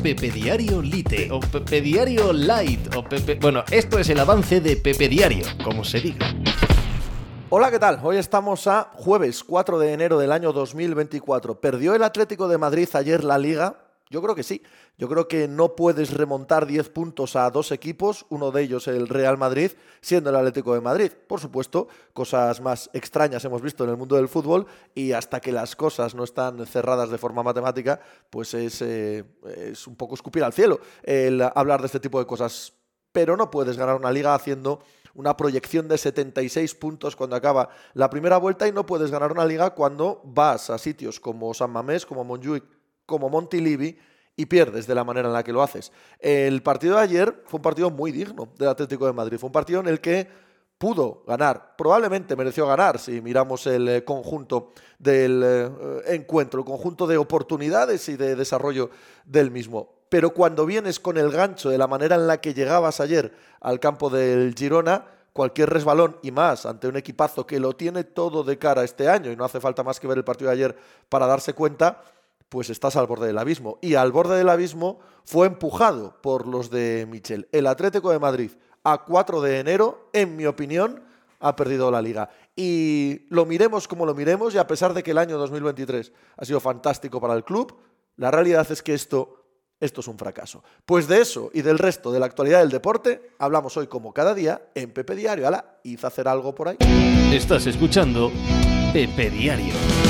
Pepe Diario Lite o Pepe Diario Light o Pepe... Bueno, esto es el avance de Pepe Diario, como se diga. Hola, ¿qué tal? Hoy estamos a jueves 4 de enero del año 2024. ¿Perdió el Atlético de Madrid ayer la Liga? Yo creo que sí. Yo creo que no puedes remontar 10 puntos a dos equipos, uno de ellos el Real Madrid, siendo el Atlético de Madrid. Por supuesto, cosas más extrañas hemos visto en el mundo del fútbol y hasta que las cosas no están cerradas de forma matemática, pues es un poco escupir al cielo el hablar de este tipo de cosas. Pero no puedes ganar una liga haciendo una proyección de 76 puntos cuando acaba la primera vuelta y no puedes ganar una liga cuando vas a sitios como San Mamés, como Montjuïc, como Montilivi y pierdes de la manera en la que lo haces. El partido de ayer fue un partido muy digno del Atlético de Madrid. Fue un partido en el que pudo ganar, probablemente mereció ganar si miramos el conjunto del encuentro, el conjunto de oportunidades y de desarrollo del mismo. Pero cuando vienes con el gancho de la manera en la que llegabas ayer al campo del Girona, cualquier resbalón y más ante un equipazo que lo tiene todo de cara este año y no hace falta más que ver el partido de ayer para darse cuenta, pues estás al borde del abismo. Y al borde del abismo fue empujado por los de Michel. El Atlético de Madrid, a 4 de enero, en mi opinión, ha perdido la Liga. Y lo miremos como lo miremos, y a pesar de que el año 2023 ha sido fantástico para el club, la realidad es que esto es un fracaso. Pues de eso y del resto de la actualidad del deporte hablamos hoy como cada día en Pepe Diario. ¡Hala! ¿Hizo hacer algo por ahí? Estás escuchando Pepe Diario.